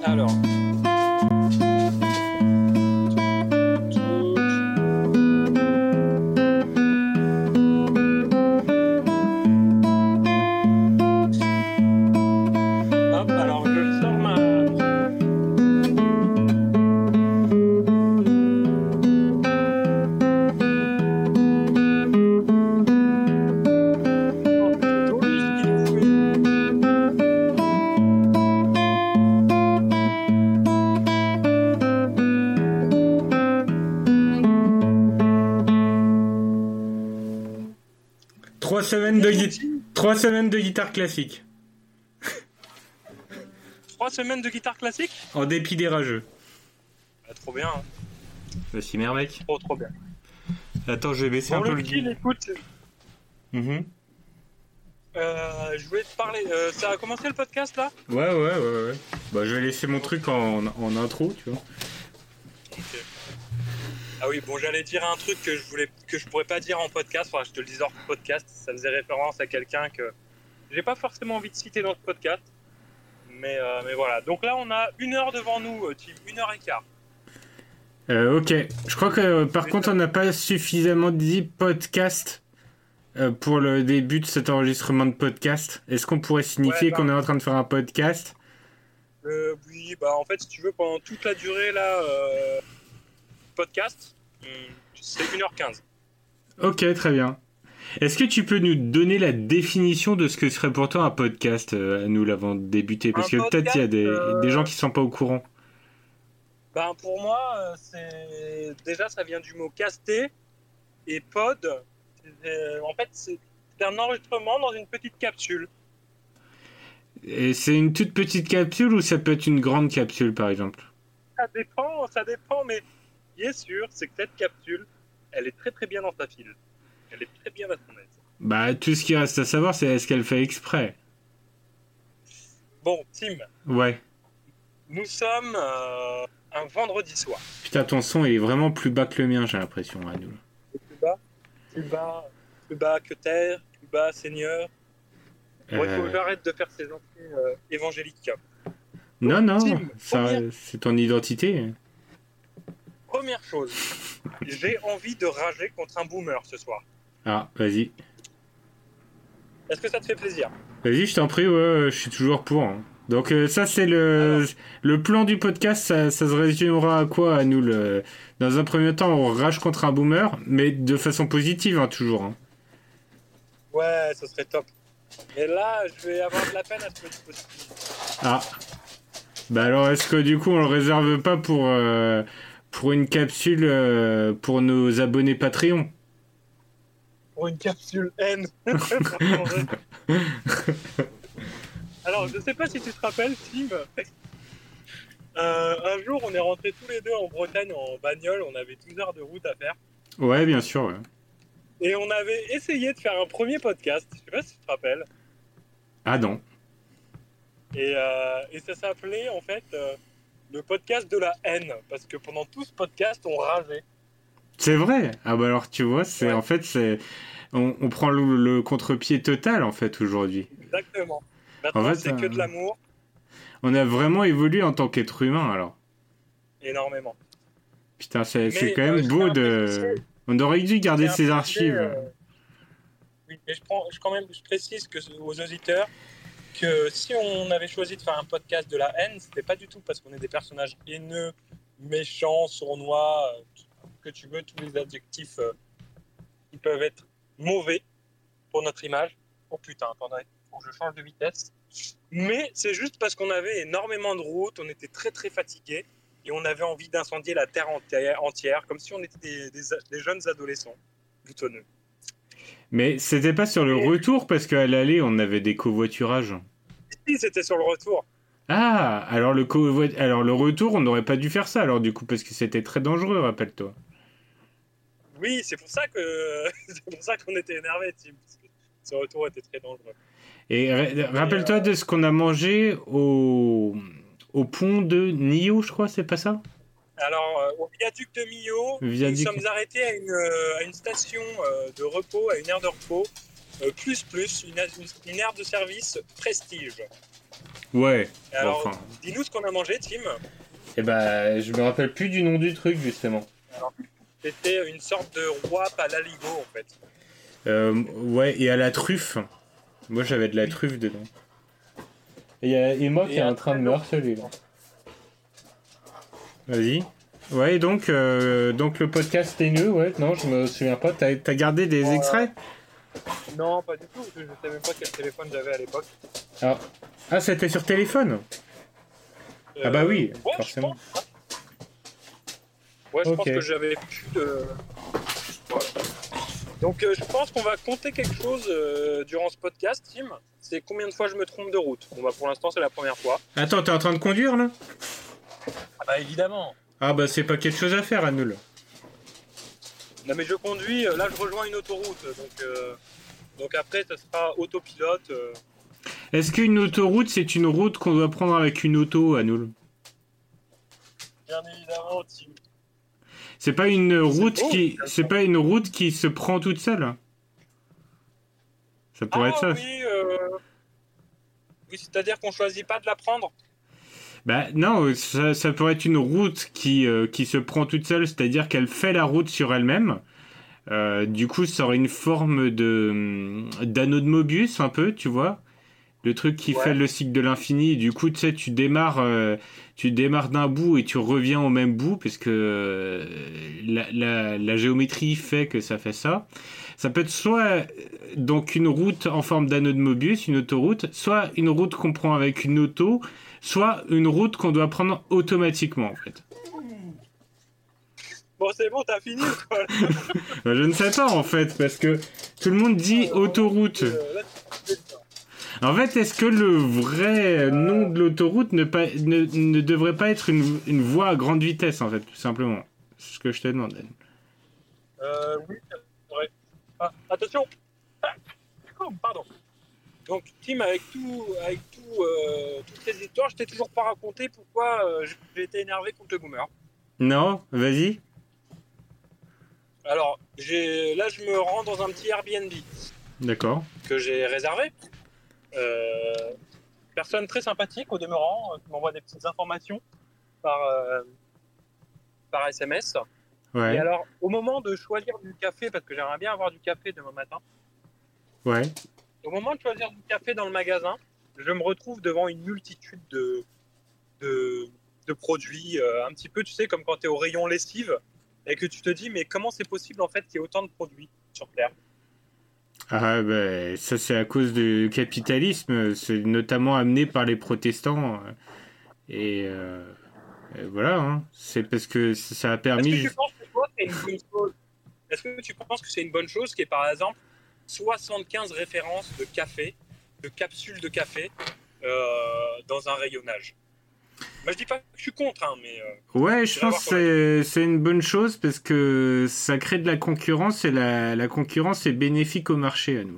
Alors. Hop, alors je sors ma... Trois semaines de guitare classique. 3 semaines de guitare classique. En dépit des rageux. Ah, trop bien. Hein. Vas-y, merde, mec. Trop bien. Attends, je vais baisser un peu le kill, écoute. Mm-hmm. Je voulais te parler. Ça a commencé le podcast là ? Ouais. Bah, je vais laisser mon truc en intro, tu vois. Ok. Ah oui, bon, j'allais dire un truc que je pourrais pas dire en podcast. Enfin, je te le dis hors podcast. Ça faisait référence à quelqu'un que j'ai pas forcément envie de citer dans ce podcast. Mais voilà. Donc là, on a 1 heure devant nous, Tim. 1h15. Ok. Je crois que par contre, on n'a pas suffisamment dit podcast pour le début de cet enregistrement de podcast. Est-ce qu'on pourrait signifier qu'on est en train de faire un podcast ? Oui, bah en fait, si tu veux, pendant toute la durée là, podcast, c'est 1h15. Ok, très bien. Est-ce que tu peux nous donner la définition de ce que serait pour toi un podcast, à nous l'avant de débuter ? Parce que peut-être il y a des gens qui ne sont pas au courant. Ben pour moi, c'est déjà ça vient du mot caster et pod. En fait, c'est un enregistrement dans une petite capsule. Et c'est une toute petite capsule ou ça peut être une grande capsule par exemple ? Ça dépend, mais bien sûr, c'est que cette capsule, elle est très très bien dans sa file. Elle est très bien à son aise. Bah, tout ce qui reste à savoir, c'est est-ce qu'elle fait exprès ? Bon, Tim. Ouais. Nous sommes un vendredi soir. Putain, ton son est vraiment plus bas que le mien, j'ai l'impression, à nous. Plus bas que terre, plus bas, Seigneur. Bon, il faut que j'arrête de faire ces entrées évangéliques. Donc, non, Tim, c'est ton identité. Première chose, j'ai envie de rager contre un boomer ce soir. Ah, vas-y. Est-ce que ça te fait plaisir ? Vas-y, je t'en prie, ouais, je suis toujours pour. Hein. Donc ça, c'est le plan du podcast, ça se résumera à quoi, à nous Dans un premier temps, on rage contre un boomer, mais de façon positive, hein, toujours. Hein. Ouais, ce serait top. Mais là, je vais avoir de la peine à ce que tu positif. Ah. Bah alors, est-ce que du coup, on le réserve pas pour une capsule pour nos abonnés Patreon ? Pour une capsule N. Alors, je sais pas si tu te rappelles, Tim. Un jour, on est rentrés tous les deux en Bretagne en bagnole. On avait 12 heures de route à faire. Ouais, bien sûr. Ouais. Et on avait essayé de faire un premier podcast. Je sais pas si tu te rappelles. Ah non. Et ça s'appelait, en fait, le podcast de la haine. Parce que pendant tout ce podcast, on rageait. C'est vrai. Ah bah alors, tu vois, c'est en fait, on prend le contre-pied total, en fait, aujourd'hui. Exactement. Maintenant, en fait, c'est que de l'amour. On a vraiment évolué en tant qu'être humain, alors. Énormément. Putain, c'est quand même beau de... On aurait dû garder ces archives. Oui, mais je précise aux auditeurs que si on avait choisi de faire un podcast de la haine, c'était pas du tout parce qu'on est des personnages haineux, méchants, sournois, que tu veux, tous les adjectifs qui peuvent être mauvais pour notre image. Oh putain, attendez, faut que je change de vitesse. Mais c'est juste parce qu'on avait énormément de routes, on était très très fatigués et on avait envie d'incendier la terre entière, comme si on était des jeunes adolescents boutonneux. Mais c'était pas sur le retour parce qu'à l'aller on avait des covoiturages. Si, c'était sur le retour. Ah, alors le retour on n'aurait pas dû faire ça alors du coup parce que c'était très dangereux, rappelle-toi. Oui, c'est pour ça qu'on était énervés, Tim, parce que ce retour était très dangereux. Et rappelle-toi de ce qu'on a mangé au pont de Nio, je crois, c'est pas ça ? Alors, au viaduc de Millau, nous sommes arrêtés à une station de repos, à une aire de repos, une aire de service Prestige. Ouais. Et alors, Enfin. dis-nous ce qu'on a mangé, Tim. Eh ben, je me rappelle plus du nom du truc, justement. Alors, c'était une sorte de roi à l'aligot, en fait. Ouais, et à la truffe. Moi, j'avais de la truffe dedans. Et il y a Emma qui Et est un en train de très me long. harceler, là. Vas-y. Ouais, donc le podcast est nul, ouais. Non, je me souviens pas. T'as gardé des extraits? Non, pas du tout, parce que je ne savais même pas quel téléphone j'avais à l'époque. Ah, ah c'était sur téléphone? Ah bah oui, Ouais, je forcément. pense. Ouais, je Ok. pense que j'avais plus de... Voilà. Donc, je pense qu'on va compter quelque chose durant ce podcast, Tim. C'est combien de fois je me trompe de route. Bon, bah, pour l'instant, c'est la première fois. Attends, t'es en train de conduire, là? Ah bah, évidemment. Ah bah c'est pas quelque chose à faire, à nous, là. Non, mais je conduis. Là, je rejoins une autoroute. Donc après, ça sera autopilote. Est-ce qu'une autoroute, c'est une route qu'on doit prendre avec une auto, à nous? Bien évidemment, Tim. C'est pas une route beau, c'est pas une route qui se prend toute seule. Ça pourrait être Ah ça. oui, oui, c'est-à-dire qu'on choisit pas de la prendre. Bah non, ça pourrait être une route qui se prend toute seule, c'est-à-dire qu'elle fait la route sur elle-même. Du coup, ça aurait une forme d'anneau de Mobius un peu, tu vois. Le truc qui fait Ouais. le cycle de l'infini. Du coup, tu sais, tu démarres d'un bout et tu reviens au même bout, parce que la géométrie fait que ça fait ça. Ça peut être soit donc une route en forme d'anneau de Mobius, une autoroute, soit une route qu'on prend avec une auto, soit une route qu'on doit prendre automatiquement, en fait. Bon, c'est bon, t'as fini ou quoi? Je ne sais pas, en fait, parce que tout le monde dit autoroute. Là, En fait, est-ce que le vrai nom de l'autoroute ne devrait pas être une voie à grande vitesse, en fait, tout simplement? C'est ce que je te demande. oui, c'est vrai. Ah, attention. Ah, pardon. Donc, Tim, toutes ces histoires, je t'ai toujours pas raconté pourquoi j'ai été énervé contre le boomer. Non, vas-y. Alors, là, je me rends dans un petit Airbnb D'accord. que j'ai réservé. Euh, Personne très sympathique au demeurant, qui m'envoie des petites informations par, euh, par SMS. Et Ouais. alors, au moment de choisir du café, parce que j'aimerais bien avoir du café demain matin, Ouais. au moment de choisir du café dans le magasin, je me retrouve devant une multitude de, de produits, un petit peu, tu sais, comme quand tu es au rayon lessive, et que tu te dis, mais comment c'est possible en fait qu'il y ait autant de produits sur Terre? Ah, bah, ça, c'est à cause du capitalisme. C'est notamment amené par les protestants. Et, euh, et voilà, hein. C'est parce que ça a Est-ce que permis. tu penses que toi, c'est une bonne chose? Est-ce que tu penses que c'est une bonne chose qu'il y ait par exemple 75 références de café, de capsules de café dans un rayonnage? Moi, je dis pas que je suis contre, hein, mais Ouais, je c'est à pense voir quand même. que c'est une bonne chose parce que ça crée de la concurrence et la concurrence est bénéfique au marché à nous.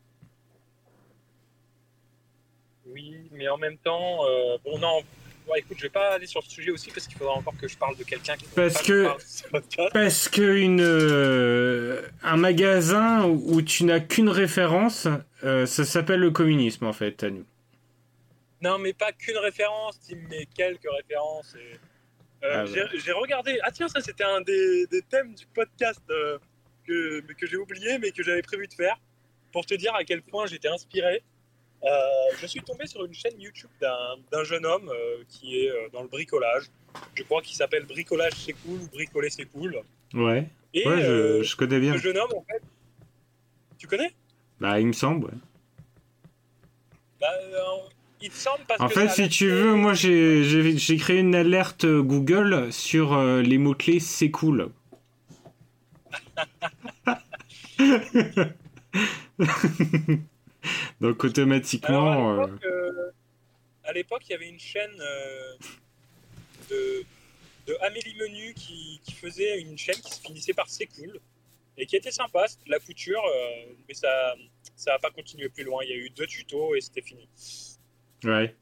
Oui, mais en même temps, bon, non, bon, écoute, je vais pas aller sur ce sujet aussi parce qu'il faudra encore que je parle de quelqu'un qui ne veut Parce pas que je que parle de ce podcast. Parce que un magasin où tu n'as qu'une référence, ça s'appelle le communisme en fait, à nous. Non, mais pas qu'une référence, Tim, mais quelques références. Ah bah. J'ai regardé. Ah, tiens, ça, c'était un des thèmes du podcast que j'ai oublié, mais que j'avais prévu de faire pour te dire à quel point j'étais inspiré. Je suis tombé sur une chaîne YouTube d'un jeune homme qui est dans le bricolage. Je crois qu'il s'appelle Bricolage c'est cool ou Bricoler c'est cool. Ouais. Et Ouais, je connais ce bien. jeune homme, en fait, tu connais? Bah, il me semble, ouais. Bah, il te semble parce En que fait, ça a si l'air tu très... veux, moi j'ai créé une alerte Google sur les mots-clés c'est cool. Donc Alors, automatiquement. à l'époque, il y avait une chaîne de, de Amélie Menu qui faisait une chaîne qui se finissait par C'est cool et qui était sympa, c'était de la couture, mais ça n'a pas continué plus loin. Il y a eu 2 tutos et c'était fini. Ouais.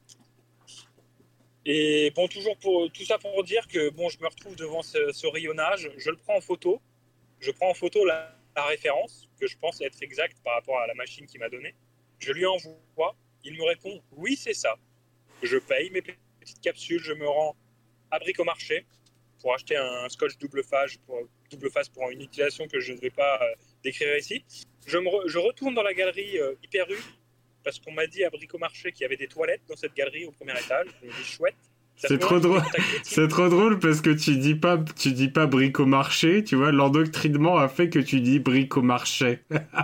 Et bon, toujours pour tout ça pour dire que bon, je me retrouve devant ce rayonnage, je le prends en photo, je prends en photo la référence que je pense être exacte par rapport à la machine qui m'a donné. Je lui envoie, il me répond oui, c'est ça. je paye mes petites capsules, je me rends à Bricomarché pour acheter un scotch double face pour une utilisation que je ne vais pas décrire ici. Je retourne dans la galerie Hyper U parce qu'on m'a dit à Bricomarché qu'il y avait des toilettes dans cette galerie au premier étage. Je me dis chouette. C'est trop drôle. C'est trop drôle parce que tu dis pas Bricomarché, tu vois, l'endoctrinement a fait que tu dis Bricomarché.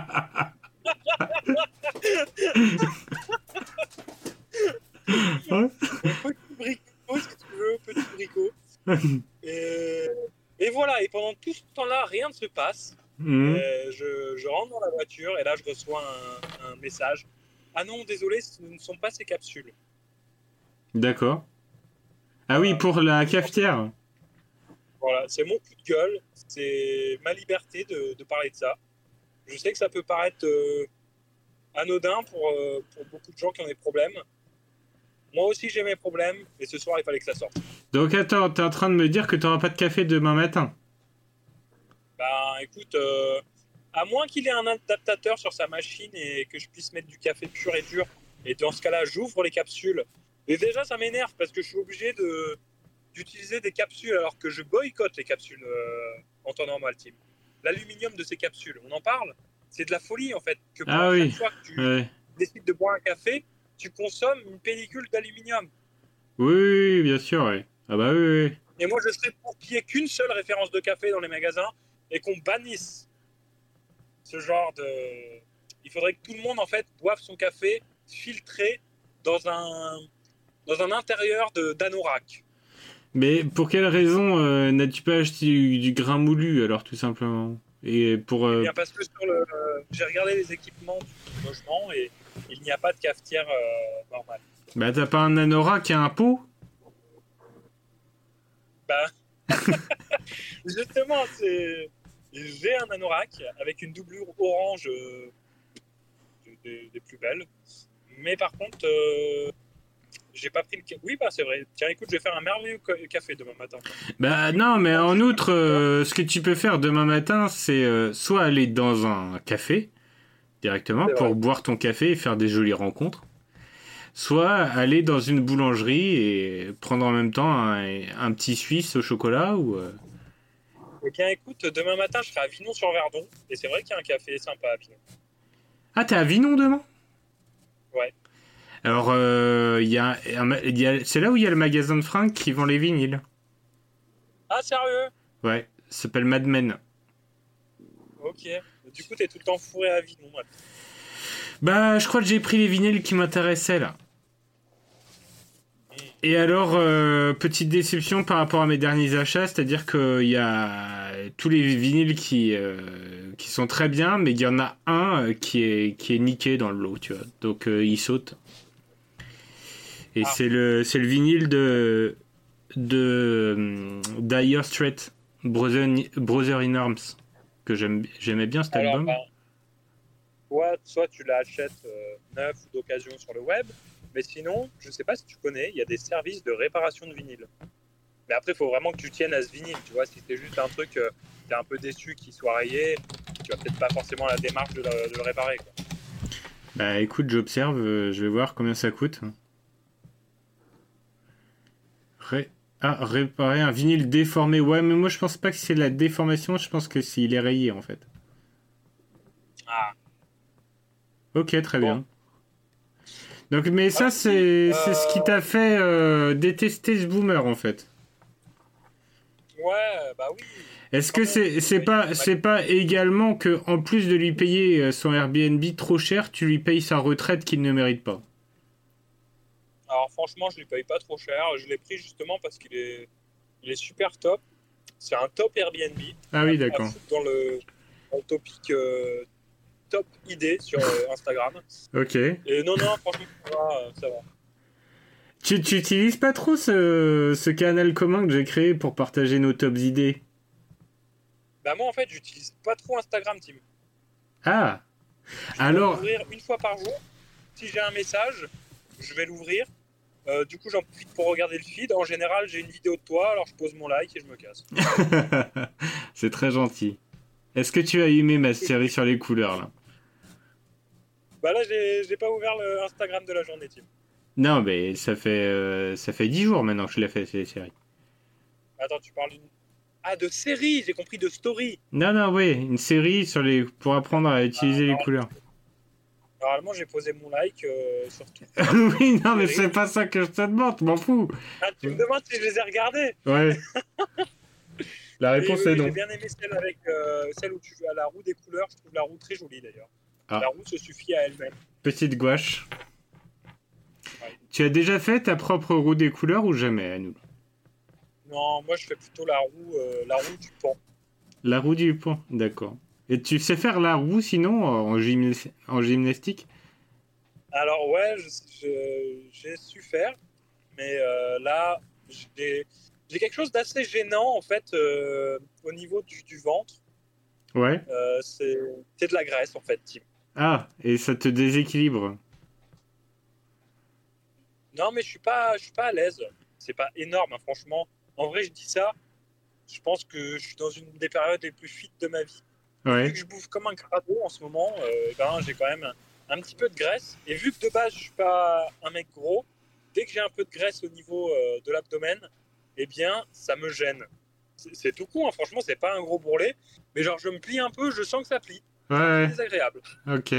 Petit bricot, si tu veux, petit bricot. Et voilà, et pendant tout ce temps-là, rien ne se passe. Je rentre dans la voiture et là, je reçois un message. Ah non, désolé, ce ne sont pas ces capsules. D'accord. Ah oui, pour la cafetière. Voilà, c'est mon coup de gueule, c'est ma liberté de parler de ça. Je sais que ça peut paraître anodin pour beaucoup de gens qui ont des problèmes. Moi aussi, j'ai mes problèmes, et ce soir, il fallait que ça sorte. Donc attends, t'es en train de me dire que t'auras pas de café demain matin? Ben, écoute, à moins qu'il ait un adaptateur sur sa machine et que je puisse mettre du café pur et dur, et dans ce cas-là, j'ouvre les capsules. Et déjà, ça m'énerve parce que je suis obligé d'utiliser des capsules alors que je boycotte les capsules en temps normal, Tim. L'aluminium de ces capsules, on en parle? C'est de la folie, en fait, que pour chaque fois que tu décides de boire un café, tu consommes une pellicule d'aluminium. Oui, bien sûr, oui. Ah bah oui. Et moi, je serais pour qu'il n'y ait qu'une seule référence de café dans les magasins et qu'on bannisse ce genre de... Il faudrait que tout le monde, en fait, boive son café filtré dans un intérieur d'anorak. Mais pour quelle raison n'as-tu pas acheté du grain moulu, alors, tout simplement? Et pour... Eh bien, parce que j'ai regardé les équipements du logement et il n'y a pas de cafetière normale. Bah, t'as pas un anorak qui a un pot? Bah, justement, j'ai un anorak avec une doublure orange des plus belles. Mais par contre, j'ai pas pris le café. Oui, bah c'est vrai. Tiens, écoute, je vais faire un merveilleux café demain matin. Bah non, mais en outre, ce que tu peux faire demain matin, c'est soit aller dans un café directement pour boire ton café et faire des jolies rencontres, soit aller dans une boulangerie et prendre en même temps un petit Suisse au chocolat ou... Eh bien, écoute, demain matin, je serai à Vinon-sur-Verdon et c'est vrai qu'il y a un café sympa à Vinon. Ah, t'es à Vinon demain? Ouais. Alors, c'est là où il y a le magasin de fringues qui vend les vinyles. Ah, sérieux? Ouais, ça s'appelle Mad Men. Ok. Du coup, t'es tout le temps fourré à Vinon. Ouais. Bah, je crois que j'ai pris les vinyles qui m'intéressaient, là. Et alors, petite déception par rapport à mes derniers achats, c'est-à-dire qu'il y a tous les vinyles qui sont très bien, mais il y en a un qui est niqué dans le lot, tu vois. Donc, il saute. Et c'est le vinyle de Dire Straits, Brother in Arms, que j'aimais bien cet album. Soit tu l'achètes neuf ou d'occasion sur le web, mais sinon, je ne sais pas si tu connais, il y a des services de réparation de vinyle. Mais après, il faut vraiment que tu tiennes à ce vinyle, tu vois. Si c'est juste un truc, tu es un peu déçu qu'il soit rayé, tu vas peut-être pas forcément la démarche de le réparer, quoi. Bah écoute, j'observe, je vais voir combien ça coûte. Réparer un vinyle déformé. Ouais, mais moi je pense pas que c'est la déformation, je pense que s'il est rayé en fait. Ah. Ok, très bien. Donc, mais ça, c'est ce qui t'a fait détester ce boomer en fait. Ouais, bah oui. Est-ce que c'est pas également que en plus de lui payer son Airbnb trop cher, tu lui payes sa retraite qu'il ne mérite pas? Alors franchement, je ne lui paye pas trop cher. Je l'ai pris justement parce qu'il est super top. C'est un top Airbnb. Ah oui, d'accord. Dans le topic top idée sur Instagram. Ok. Et non, franchement, ça va. Tu utilises pas trop ce canal commun que j'ai créé pour partager nos tops idées? Bah moi, en fait, j'utilise pas trop Instagram, Tim. Ah. Je vais l'ouvrir une fois par jour. Si j'ai un message, je vais l'ouvrir. Du coup, j'en profite pour regarder le feed. En général, j'ai une vidéo de toi, alors je pose mon like et je me casse. C'est très gentil. Est-ce que tu as aimé ma série sur les couleurs, là? Bah là, j'ai pas ouvert le Instagram de la journée, Tim. Non, mais ça fait 10 jours maintenant que je l'ai fait, ces séries. Attends, tu parles d'une... Ah, de série, j'ai compris de story. Non, non, oui, une série pour apprendre à utiliser les couleurs. Normalement, j'ai posé mon like sur toutes Oui, non, mais les c'est séries. pas ça que je te demande, je m'en fous. Ah, tu me demandes si je les ai regardées. Ouais, la Oui, réponse oui, est oui, non. j'ai bien aimé celle avec celle où tu joues à la roue des couleurs. Je trouve la roue très jolie d'ailleurs. Ah, La roue se suffit à elle-même. petite gouache. Ouais. Tu as déjà fait ta propre roue des couleurs ou jamais, à nous? Non, moi je fais plutôt la roue du pan. La roue du pont, d'accord. Et tu sais faire la roue sinon en gymnastique? Alors ouais, j'ai su faire, mais là j'ai quelque chose d'assez gênant en fait au niveau du ventre. Ouais. C'est de la graisse en fait, Tim. Ah, et ça te déséquilibre. Non, mais je suis pas à l'aise. C'est pas énorme, hein, franchement. En vrai, je dis ça. Je pense que je suis dans une des périodes les plus fit de ma vie. Et vu Ouais. que je bouffe comme un crado en ce moment, ben, j'ai quand même un petit peu de graisse. Et vu que de base, je suis pas un mec gros, dès que j'ai un peu de graisse au niveau de l'abdomen, eh bien, ça me gêne. C'est tout con, hein, franchement, c'est pas un gros bourrelet. Mais genre, je me plie un peu, je sens que ça plie. Ouais, C'est un peu ouais. désagréable. Ok.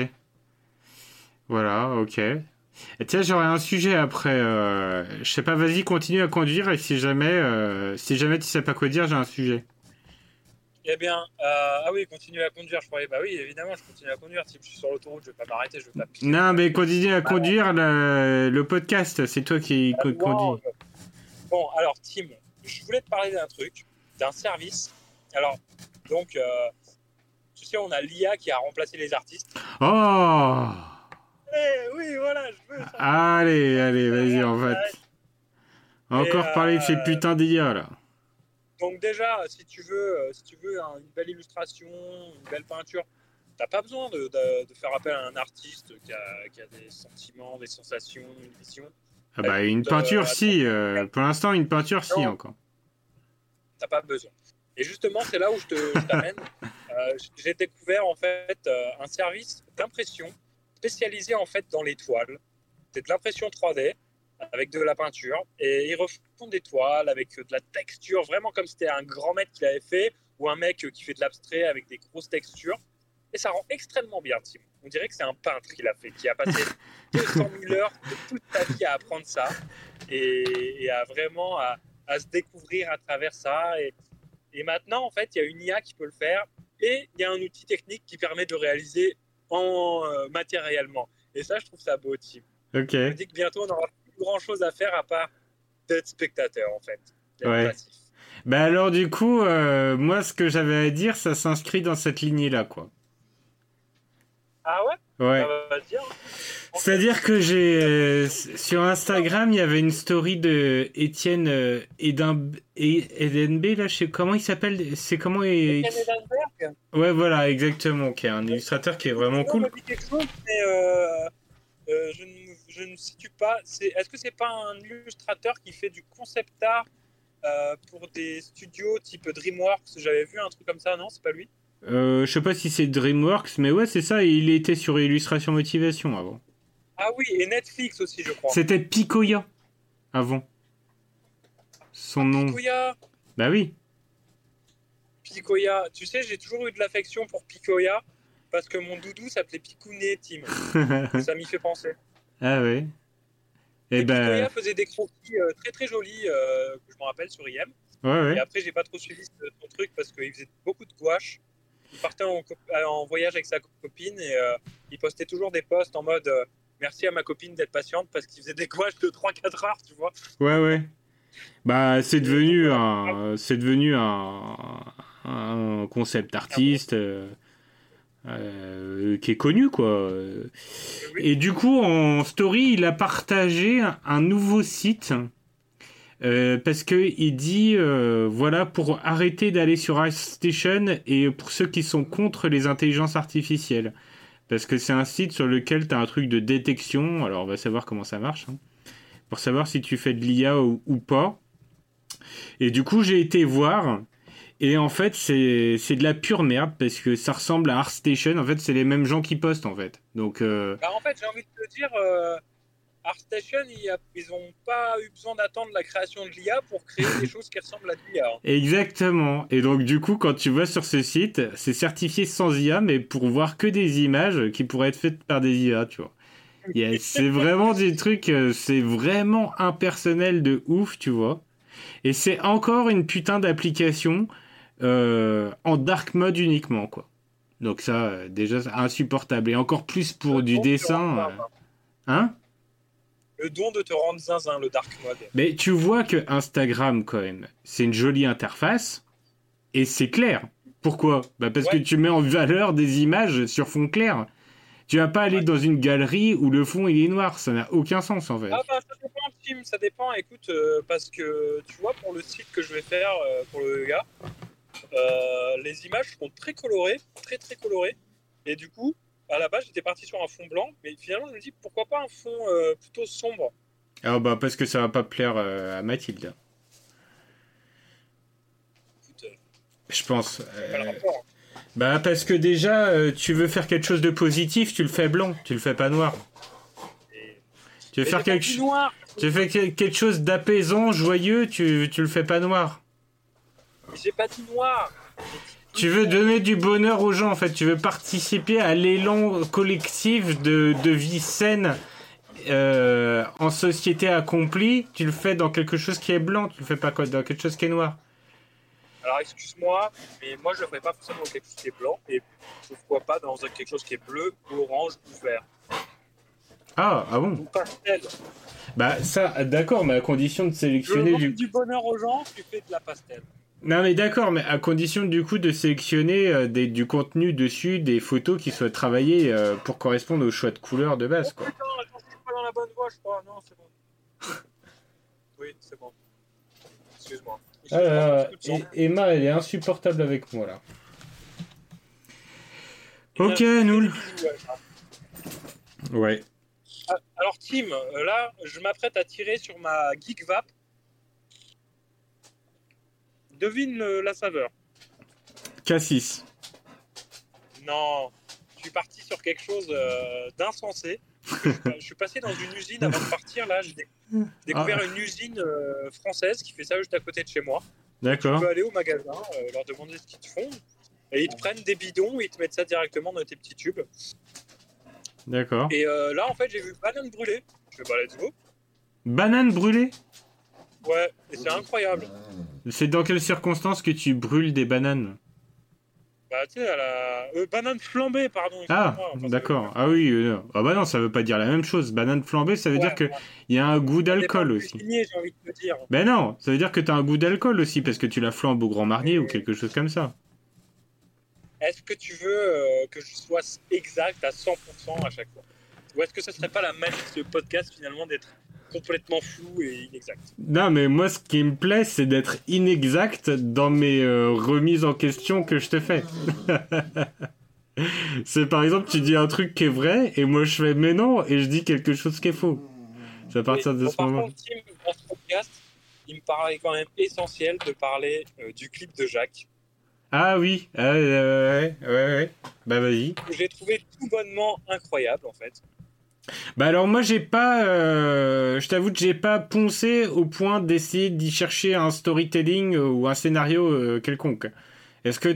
Voilà, ok. Et tiens, j'aurais un sujet après. Je sais pas, vas-y, continue à conduire et si jamais tu sais pas quoi dire, j'ai un sujet. Eh bien, ah oui, continue à conduire. Je croyais, bah oui, évidemment, je continue à conduire. Si je suis sur l'autoroute, je vais pas m'arrêter, je vais pas piquer mon Non, permis. mais continue à Ah non, conduire le podcast. C'est toi qui non. conduis. Bon, alors, Tim, je voulais te parler d'un truc, d'un service. Alors, donc, tu sais, on a l'IA qui a remplacé les artistes. Oh! Eh oui, voilà, je veux sortir ça. Allez, allez, Ça vas-y, arrête, on ça va arrête. Et encore parler de ces putains d'IA là. donc déjà, si tu veux une belle illustration, une belle peinture, t'as pas besoin de faire appel à un artiste qui a des sentiments, des sensations, une vision. Ah T'as bah une juste peinture à demander si, quelqu'un. pour l'instant une peinture si Non, encore. t'as pas besoin. Et justement, c'est là où je t'amène. J'ai découvert en fait un service d'impression spécialisé en fait dans les toiles. C'est de l'impression 3D avec de la peinture et ils refont des toiles avec de la texture, vraiment comme si c'était un grand maître qui l'avait fait ou un mec qui fait de l'abstrait avec des grosses textures. Et ça rend extrêmement bien, Tim. On dirait que c'est un peintre qui l'a fait, qui a passé 200 000 heures de toute sa vie à apprendre ça et à vraiment à se découvrir à travers ça. Et maintenant, en fait, il y a une IA qui peut le faire et il y a un outil technique qui permet de réaliser en matériellement. Et ça, je trouve ça beau, Tim. Ok, Je me dis que bientôt, on n'aura plus grand chose à faire à part d'être spectateur, en fait, d'être ouais. passif. Bah alors du coup, moi ce que j'avais à dire, ça s'inscrit dans cette lignée là quoi. Ah ouais. Ça Ouais. va se dire. C'est-à-dire que sur Instagram, il y avait une story de Étienne Edenbe, là, je sais comment il s'appelle, c'est comment Etienne Edenberg. Ouais, voilà, exactement, qui est un illustrateur qui est vraiment Non, cool. me dit quelque chose, mais je ne situe pas. Est-ce que c'est pas un illustrateur qui fait du concept art pour des studios type DreamWorks? J'avais vu un truc comme ça, non? C'est pas lui? Je sais pas si c'est DreamWorks, mais ouais, c'est ça, il était sur Illustration Motivation avant. Ah oui, et Netflix aussi, je crois. C'était Picoya avant, son Ah, nom. Picoya. Bah oui. Picoya. Tu sais, j'ai toujours eu de l'affection pour Picoya parce que mon doudou s'appelait Picounet, Tim. Et ça m'y fait penser. Ah ouais. Et Et ben, Picoya faisait des croquis très très jolis que je me rappelle sur IM. ouais, Et ouais. après, j'ai pas trop suivi son truc parce qu'il faisait beaucoup de gouache. Il partait en voyage avec sa copine et il postait toujours des posts en mode merci à ma copine d'être patiente parce qu'il faisait des gouaches de 3-4 heures, tu vois. Ouais, ouais. Bah, c'est Et donc devenu voilà. un concept Ah bon. artiste qui est connu, quoi. Oui. Et du coup, en story, il a partagé un nouveau site parce que il dit voilà pour arrêter d'aller sur ArtStation et pour ceux qui sont contre les intelligences artificielles. Parce que c'est un site sur lequel tu as un truc de détection. Alors, on va savoir comment ça marche. Hein, pour savoir si tu fais de l'IA ou pas. Et du coup, j'ai été voir. Et en fait, c'est de la pure merde parce que ça ressemble à ArtStation. En fait, c'est les mêmes gens qui postent en fait. Donc, Bah, en fait, j'ai envie de te dire, ArtStation, ils n'ont pas eu besoin d'attendre la création de l'IA pour créer des choses qui ressemblent à de l'IA. Exactement. Et donc, du coup, quand tu vas sur ce site, c'est certifié sans IA, mais pour voir que des images qui pourraient être faites par des IA, tu vois. C'est vraiment des trucs, c'est vraiment impersonnel de ouf, tu vois. Et c'est encore une putain d'application en dark mode uniquement, quoi. Donc ça, déjà, c'est insupportable. Et encore plus pour Le du don de te rendre dessin. zinzin. Hein? Le don de te rendre zinzin, le dark mode. Mais tu vois que Instagram, quand même, c'est une jolie interface. Et c'est clair. Pourquoi? Bah parce que Ouais, tu mets en valeur des images sur fond clair. Tu vas pas aller ouais. dans une galerie où le fond il est noir. Ça n'a aucun sens, en fait. Ah bah ça dépend, Tim, ça dépend. Écoute, parce que tu vois, pour le site que je vais faire pour le yoga, les images sont très colorées, très très colorées. Et du coup, à la base, j'étais parti sur un fond blanc, mais finalement, je me dis pourquoi pas un fond plutôt sombre. Ah bah parce que ça va pas plaire à Mathilde. Écoute, Je pense. je vois pas le rapport. Bah parce que déjà, tu veux faire quelque chose de positif, tu le fais blanc, tu le fais pas noir. Et... Tu veux Mais faire j'ai pas quelque, dit noir. tu veux faire quelque chose d'apaisant, joyeux, tu le fais pas noir. J'ai pas dit noir. Tu veux donner du bonheur aux gens, en fait. Tu veux participer à l'élan collectif de vie saine en société accomplie. Tu le fais dans quelque chose qui est blanc, tu le fais pas dans quelque chose qui est noir. Alors excuse-moi, mais moi je le ferais pas forcément dans quelque chose qui est blanc, et pourquoi pas dans quelque chose qui est bleu, orange ou vert. Ah bon. Ou pastel. Bah ça, d'accord, mais à condition de Je veux sélectionner vendre du... du bonheur aux gens, tu fais de la pastel. Non mais d'accord, mais à condition du coup de sélectionner du contenu dessus, des photos qui soient travaillées pour correspondre au choix de couleurs de Oh base, quoi. putain, je suis pas dans la bonne voie, je crois. Non, c'est bon. Oui, c'est bon. Excuse-moi. Excuse-moi, coup de sang. Emma, elle est insupportable avec moi, là. Eh bien, Ok, je te fais des Noul. bisous, Alpha. Ouais. Ah, alors, Tim, là, je m'apprête à tirer sur ma Geek Vape. Devine la saveur. Cassis. Non, je suis parti sur quelque chose d'insensé. Je suis passé dans une usine avant de partir. Là, j'ai découvert Ah, une usine française qui fait ça juste à côté de chez moi. Tu d'accord. peux aller au magasin, leur demander ce qu'ils te font. Et ils te prennent des bidons, ils te mettent ça directement dans tes petits tubes. D'accord. Et là, en fait, j'ai vu banane brûlée. Je fais, bah, let's go. Banane brûlée? Ouais, et c'est incroyable. C'est dans quelles circonstances que tu brûles des bananes? Bah, tu sais, à la. Banane flambée, pardon, Ah, excuse-moi. Enfin, ça veut d'accord. dire Ah oui, ah bah non, ça veut pas dire la même chose. Banane flambée, ça veut ouais, dire que ouais. il y a un goût Ça dépend d'alcool du aussi. cuisinier, j'ai envie de te dire. Ben non, ça veut dire que t'as un goût d'alcool aussi parce que tu la flambes au Grand Marnier ou Mais quelque chose comme ça. est-ce que tu veux que je sois exact à 100% à chaque fois? Ou est-ce que ce serait pas la magie de ce podcast, finalement, d'être complètement flou et inexact? Non, mais moi, ce qui me plaît, c'est d'être inexact dans mes remises en question que je te fais. C'est par exemple, tu dis un truc qui est vrai et moi je fais mais non et je dis quelque chose qui est faux. C'est à Oui. partir de Bon, ce par moment. contre, Tim, dans ce podcast, il me paraît quand même essentiel de parler du clip de Jacques. Ah oui, ouais. Bah vas-y. Que j'ai trouvé tout bonnement incroyable, en fait. Bah alors moi j'ai pas, je t'avoue que j'ai pas poncé au point d'essayer d'y chercher un storytelling ou un scénario quelconque. Est-ce que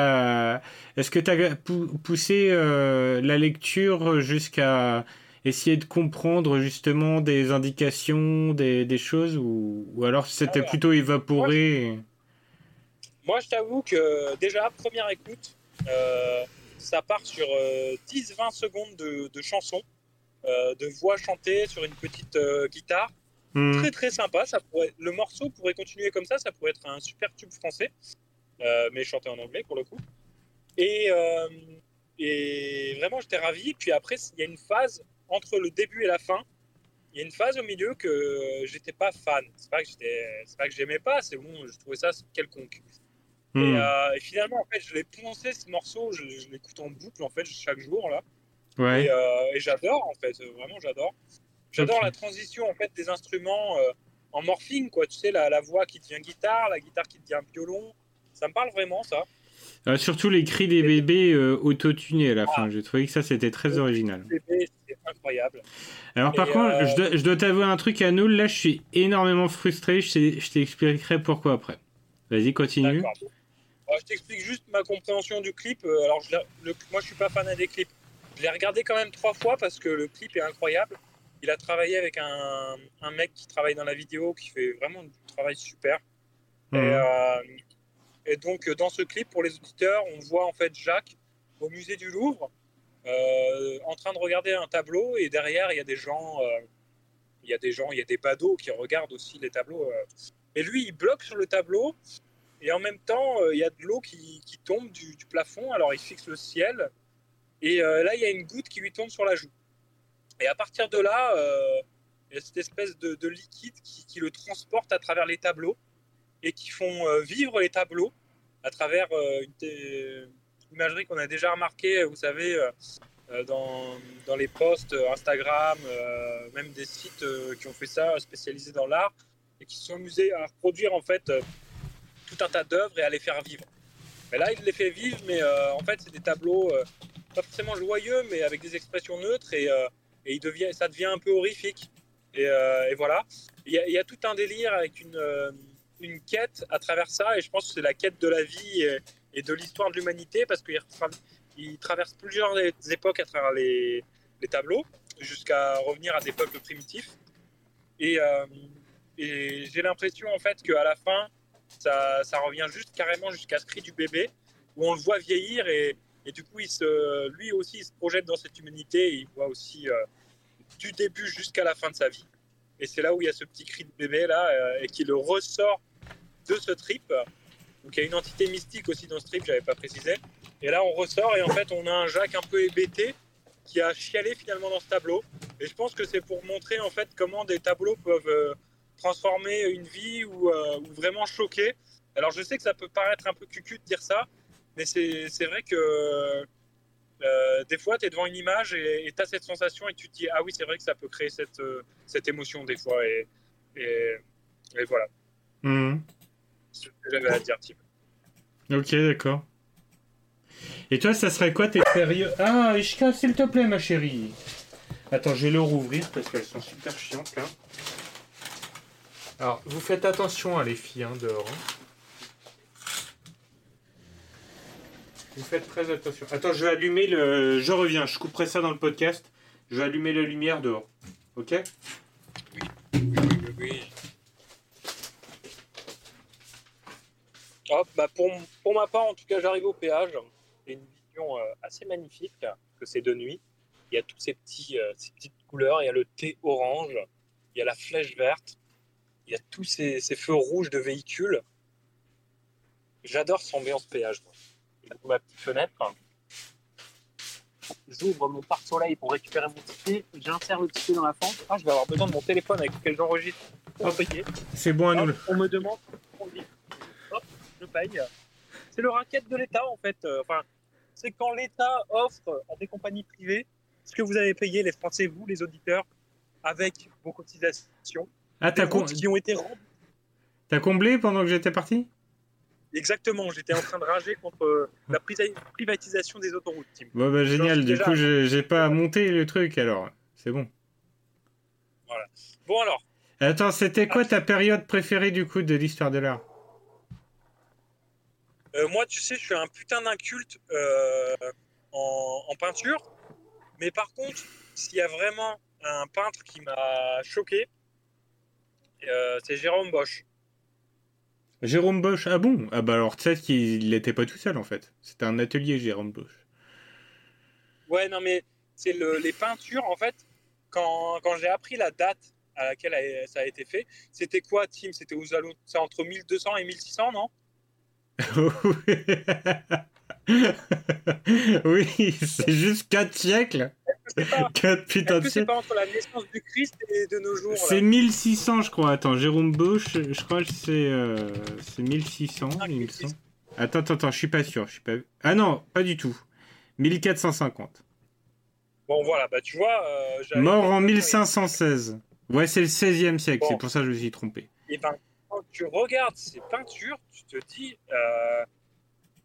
t'as poussé la lecture jusqu'à essayer de comprendre justement des indications, des choses ou alors c'était Alors, plutôt moi, évaporé? moi, je t'avoue que déjà, première écoute, ça part sur 10-20 secondes de chansons, de voix chantées sur une petite guitare. Hmm. Très très sympa. Le morceau pourrait continuer comme ça pourrait être un super tube français, mais chanté en anglais pour le coup. Et, euh, et vraiment, j'étais ravi. Puis après, il y a une phase entre le début et la fin. Il y a une phase au milieu que j'étais pas fan. C'est pas que j'aimais pas, c'est bon, je trouvais ça quelconque. Hmm. Et finalement, en fait, je l'ai poncé ce morceau, je l'écoute en boucle en fait chaque jour là. Ouais. Et j'adore en fait, vraiment j'adore. Ok. J'adore la transition en fait des instruments en morphing quoi. Tu sais la voix qui devient guitare, la guitare qui devient violon. Ça me parle vraiment ça. Surtout les cris des bébés auto-tunés à la fin. J'ai trouvé que ça, c'était très original. Bébé, c'est incroyable. Alors, par contre, je dois t'avouer un truc à nous. Là, je suis énormément frustré. Je t'expliquerai pourquoi après. Vas-y, continue. D'accord. Alors, je t'explique juste ma compréhension du clip. Alors, moi, je suis pas fan des clips. Je l'ai regardé quand même 3 fois parce que le clip est incroyable. Il a travaillé avec un mec qui travaille dans la vidéo, qui fait vraiment du travail super. Et donc, dans ce clip, pour les auditeurs, on voit en fait Jacques au musée du Louvre en train de regarder un tableau. Et derrière, il y a des gens, il y a des badauds qui regardent aussi les tableaux. Et lui, il bloque sur le tableau. Et en même temps, il y a de l'eau qui tombe du plafond. Alors, il fixe le ciel. Et là, il y a une goutte qui lui tombe sur la joue. Et à partir de là, il y a cette espèce de liquide qui le transporte à travers les tableaux et qui font vivre les tableaux à travers une imagerie qu'on a déjà remarquée, vous savez, dans les posts Instagram, même des sites qui ont fait ça, spécialisés dans l'art, et qui se sont amusés à reproduire en fait tout un tas d'œuvres et à les faire vivre. Mais là, il les fait vivre, mais en fait, c'est des tableaux pas forcément joyeux, mais avec des expressions neutres, et ça devient un peu horrifique. Et voilà. Il y a tout un délire avec une quête à travers ça, et je pense que c'est la quête de la vie et de l'histoire de l'humanité, parce qu'il traverse plusieurs époques à travers les tableaux, jusqu'à revenir à des peuples primitifs. Et j'ai l'impression en fait qu'à la fin, ça revient juste carrément jusqu'à ce cri du bébé, où on le voit vieillir, et du coup, lui aussi, il se projette dans cette humanité, et il voit aussi du début jusqu'à la fin de sa vie. Et c'est là où il y a ce petit cri de bébé là, et qui le ressort de ce trip. Donc il y a une entité mystique aussi dans ce trip, j'avais pas précisé. Et là, on ressort, et en fait, on a un Jacques un peu hébété qui a chialé finalement dans ce tableau. Et je pense que c'est pour montrer en fait comment des tableaux peuvent transformer une vie ou vraiment choquer. Alors je sais que ça peut paraître un peu cucu de dire ça, mais c'est vrai que des fois tu es devant une image et tu as cette sensation, et tu te dis ah oui, c'est vrai que ça peut créer cette émotion des fois, et voilà. C'est ce que j'avais à dire, Tim. Ok, d'accord. Et toi, ça serait quoi tes périodes... Ah, Ishka, s'il te plaît, ma chérie. Attends, je vais le rouvrir parce qu'elles sont super chiantes là. Alors, vous faites attention, les filles, dehors. Vous faites très attention. Attends, je vais allumer le... Je reviens, je couperai ça dans le podcast. Je vais allumer la lumière dehors. Ok ? Oui. Hop, bah pour ma part, en tout cas, j'arrive au péage. C'est une vision assez magnifique, que c'est de nuit. Il y a toutes ces petites couleurs. Il y a le thé orange, il y a la flèche verte, il y a tous ces feux rouges de véhicules. J'adore cette ambiance péage, moi. J'ouvre ma petite fenêtre. J'ouvre mon pare-soleil pour récupérer mon ticket. J'insère le ticket dans la fente. Ah, je vais avoir besoin de mon téléphone avec lequel j'enregistre pour payer. C'est bon à nous. On me demande on dit. Hop, je paye. C'est le racket de l'État, en fait. C'est quand l'État offre à des compagnies privées ce que vous avez payé, les Français, vous, les auditeurs, avec vos cotisations. Ah, qui ont été remboursées. T'as comblé pendant que j'étais parti ? Exactement, j'étais en train de rager contre la privatisation des autoroutes, Tim. Bon, bah génial, du coup, j'ai pas monté le truc, alors. C'est bon. Voilà. Bon, alors. Attends, c'était quoi ta période préférée, du coup, de l'histoire de l'art ? Moi, tu sais, je suis un putain d'inculte en peinture. Mais par contre, s'il y a vraiment un peintre qui m'a choqué, c'est Jérôme Bosch. Jérôme Bosch, ah bon ? Ah bah alors, tu sais qu'il n'était pas tout seul, en fait. C'était un atelier, Jérôme Bosch. Ouais, non, mais c'est les peintures, en fait, quand j'ai appris la date à laquelle ça a été fait, c'était quoi, Tim ? C'était entre 1200 et 1600, non ? Oui, c'est juste 4 siècles. 4 putains de siècles. C'est pas entre la naissance du Christ et de nos jours? C'est 1600, je crois. Attends, Jérôme Bosch, je crois que c'est 1600, il me semble. Attends, je suis pas sûr. Ah non, pas du tout. 1450. Bon, voilà, bah tu vois... Mort en 1516. Ouais, c'est le 16e siècle, bon. C'est pour ça que je me suis trompé. Et ben, quand tu regardes ces peintures, tu te dis...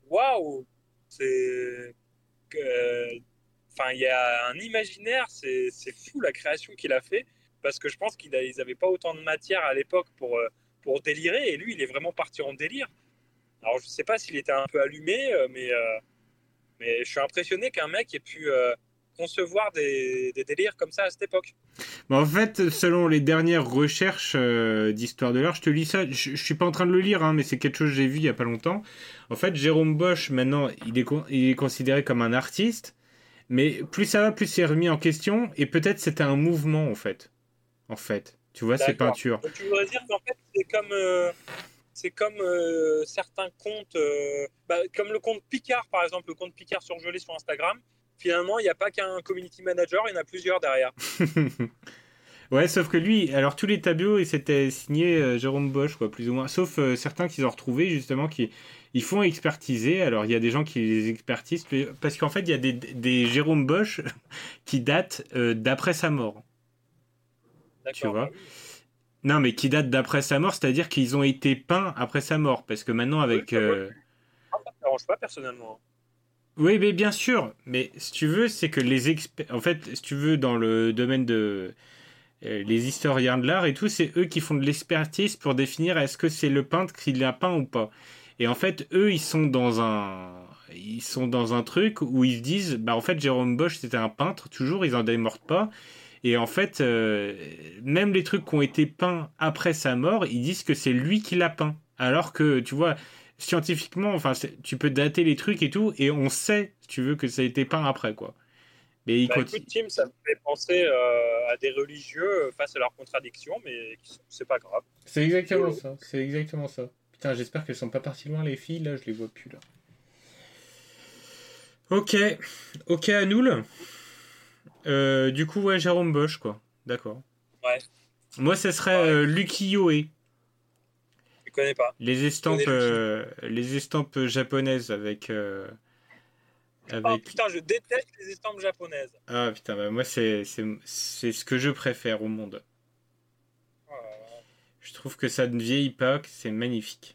waouh, c'est, enfin, il y a un imaginaire, c'est fou la création qu'il a fait, parce que je pense qu'ils n'avaient pas autant de matière à l'époque pour délirer, et lui, il est vraiment parti en délire. Alors, je sais pas s'il était un peu allumé, mais je suis impressionné qu'un mec ait pu concevoir des délires comme ça à cette époque. En fait, selon les dernières recherches d'histoire de l'art, je te lis ça, je suis pas en train de le lire, hein, mais c'est quelque chose que j'ai vu il y a pas longtemps. En fait, Jérôme Bosch, maintenant, il est considéré comme un artiste, mais plus ça va, plus c'est remis en question, et peut-être c'était un mouvement, en fait. En fait, tu vois, ces D'accord. peintures. Donc, tu voudrais dire qu'en fait, c'est comme certains comptes, comme le compte Picard, par exemple, le compte Picard surgelé sur Instagram. Finalement, il n'y a pas qu'un community manager, il y en a plusieurs derrière. Ouais, sauf que lui, alors tous les tableaux, ils s'étaient signés Jérôme Bosch, quoi, plus ou moins. Sauf certains qu'ils ont retrouvés, justement, qui ils font expertiser. Alors, il y a des gens qui les expertisent, parce qu'en fait, il y a des Jérôme Bosch qui datent d'après sa mort, tu D'accord, bah vois. oui. Non, mais qui datent d'après sa mort, c'est-à-dire qu'ils ont été peints après sa mort. Parce que maintenant, Oui, avec... bah, moi, ça ne me dérange pas personnellement. Oui, mais bien sûr. Mais si tu veux, c'est que les experts... En fait, si tu veux, dans le domaine de les historiens de l'art et tout, c'est eux qui font de l'expertise pour définir est-ce que c'est le peintre qui l'a peint ou pas. Et en fait, eux, ils sont dans un truc où ils se disent, bah en fait, Jérôme Bosch c'était un peintre, toujours, ils en démordent pas. Et en fait, même les trucs qui ont été peints après sa mort, ils disent que c'est lui qui l'a peint. Alors que, tu vois, scientifiquement, enfin, tu peux dater les trucs et tout, et on sait, si tu veux, que ça a été peint après, quoi. Mais il Bah écoute, continue. Tim, ça me fait penser à des religieux face à leurs contradictions, mais c'est pas grave. C'est exactement YOLO. ça, c'est exactement ça. Putain, j'espère qu'elles sont pas parties loin, les filles, là, je les vois plus, là. Ok, ok, Anoul. Du coup, ouais, Jérôme Bosch, quoi. D'accord. Ouais, Moi, ce serait bah écoute, Lucky Yoe. je connais pas. Je connais Lucky. Les estampes japonaises Oh avec. putain, je déteste les estampes japonaises. Ah putain, bah, moi, c'est ce que je préfère au monde. Oh là là. Je trouve que ça ne vieillit pas, que c'est magnifique.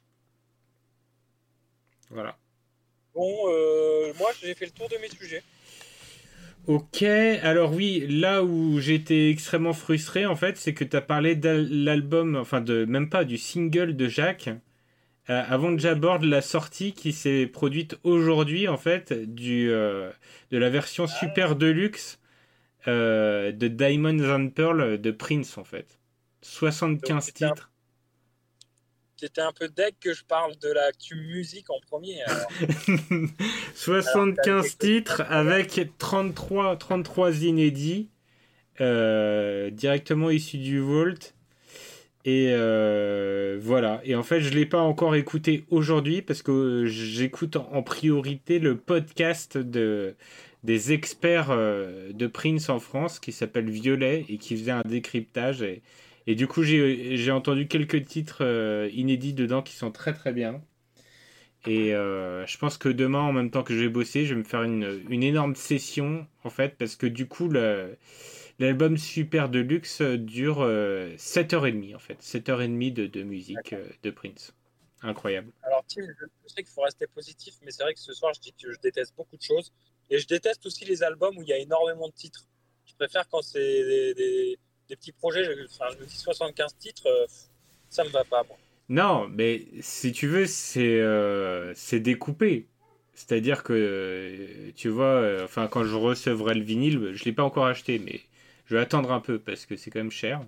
Voilà. Bon, moi j'ai fait le tour de mes sujets. Ok, alors oui, là où j'étais extrêmement frustré en fait, c'est que tu as parlé de l'album, enfin de même pas du single de Jacques, avant que Oui. j'aborde la sortie qui s'est produite aujourd'hui en fait de la version Ah, super deluxe de Diamonds and Pearl de Prince en fait. donc 75 titres. t'étais un peu deg que je parle de l'actu musique en premier alors. Alors que t'avais 75 quelque chose titres d'incroyable. avec 33 inédits directement issus du Vault. Et voilà. Et en fait, je ne l'ai pas encore écouté aujourd'hui parce que j'écoute en priorité le podcast des experts de Prince en France qui s'appelle Violet et qui faisait un décryptage. Et du coup, j'ai entendu quelques titres inédits dedans qui sont très très bien. Et je pense que demain, en même temps que je vais bosser, je vais me faire une énorme session en fait parce que du coup, l'album Super Deluxe dure 7h30 en fait. 7h30 de musique D'accord. de Prince. Incroyable. Alors Tim, je sais qu'il faut rester positif, mais c'est vrai que ce soir je dis que je déteste beaucoup de choses. Et je déteste aussi les albums où il y a énormément de titres. Je préfère quand c'est des petits projets, enfin je me dis 75 titres, ça me va pas moi. Non, mais si tu veux, c'est découpé. C'est-à-dire que, tu vois, enfin, quand je recevrai le vinyle, je l'ai pas encore acheté, mais je vais attendre un peu parce que c'est quand même cher.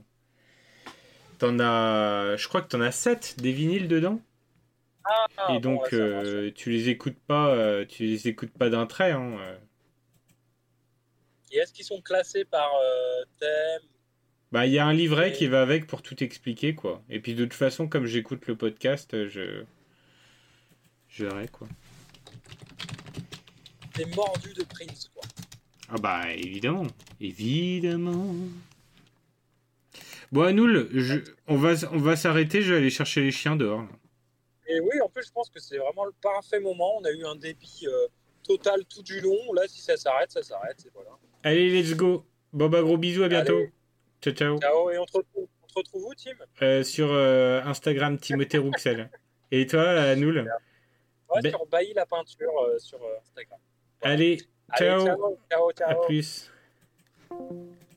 Je crois que t'en as 7 des vinyles dedans. Et Ah bon, là donc, ça me rassure. tu les écoutes pas d'un trait, hein. Et est-ce qu'ils sont classés par thème Bah, il y a un livret qui et va avec pour tout expliquer, quoi. Et puis, de toute façon, comme j'écoute le podcast, je verrai, quoi. des mordus de Prince quoi. Ah bah, évidemment. Évidemment. Bon, Anoul, on va s'arrêter, je vais aller chercher les chiens dehors. Et oui, en plus je pense que c'est vraiment le parfait moment. On a eu un débit total tout du long. Là, si ça s'arrête, ça s'arrête. Et voilà. Allez, let's go. Bon, bah, gros bisous, à bientôt. Allez, Ciao, ciao. ciao et on te retrouve où, Tim? Sur Instagram, Timothée Rouxel. Et toi, Anoul? Super. Ouais, Ben- sur Bailly la peinture sur Instagram. Voilà. Allez, Allez, ciao. ciao, ciao, À ciao. plus.